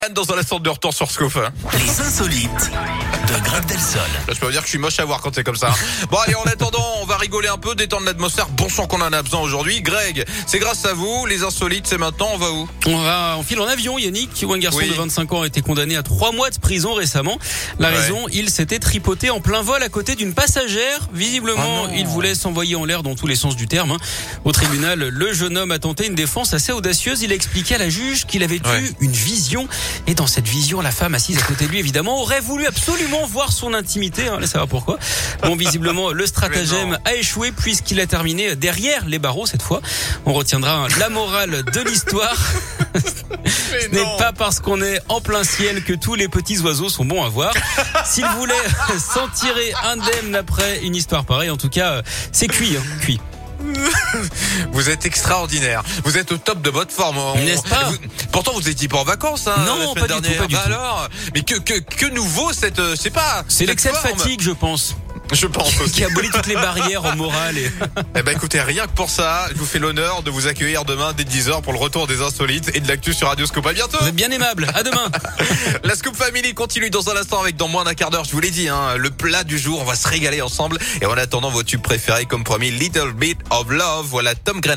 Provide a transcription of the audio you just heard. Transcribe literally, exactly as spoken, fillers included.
Dans un instant de retour sur Scoop. Les insolites de Greg Delsol. Là, je peux vous dire que je suis moche à voir quand c'est comme ça. Bon allez, en attendant, on va rigoler un peu, détendre l'atmosphère. Bon sang qu'on en a besoin aujourd'hui. Greg, c'est grâce à vous. Les insolites, c'est maintenant. On va où? On va en file en avion, Yannick, où un garçon Oui. de vingt-cinq ans a été condamné à trois mois de prison récemment. La Ouais. raison, il s'était tripoté en plein vol à côté d'une passagère. Visiblement, Oh non. il voulait s'envoyer en l'air dans tous les sens du terme. Au tribunal, le jeune homme a tenté une défense assez audacieuse. Il a expliqué à la juge qu'il avait Ouais. eu une vision. Et dans cette vision, la femme assise à côté de lui, évidemment, aurait voulu absolument voir son intimité. Hein, allez savoir pourquoi. Bon, visiblement, le stratagème a échoué puisqu'il a terminé derrière les barreaux cette fois. On retiendra la morale de l'histoire. Ce n'est pas parce qu'on est en plein ciel que tous les petits oiseaux sont bons à voir. S'il voulait s'en tirer indemne après une histoire pareille, en tout cas, c'est cuit, hein, cuit. Vous êtes extraordinaire. Vous êtes au top de votre forme. On- N'est-ce pas vous- Pourtant, vous étiez pas en vacances, hein, Non, la semaine pas du tout, dernière. pas du Bah tout. alors, mais que que que nouveau cette, euh, je sais pas. C'est cette l'excès de forme. fatigue, je pense, Je pense aussi. qui abolit toutes les barrières en morale. Et... Eh ben écoutez, rien que pour ça, je vous fais l'honneur de vous accueillir demain dès dix heures pour le retour des insolites et de l'actu sur Radio Scoop. À bientôt. Vous êtes bien aimable. À demain. La Scoop Family continue dans un instant avec dans moins d'un quart d'heure, je vous l'ai dit, hein, le plat du jour, on va se régaler ensemble. Et en attendant vos tubes préférés, comme promis, Little Bit of Love, voilà Tom Grennan.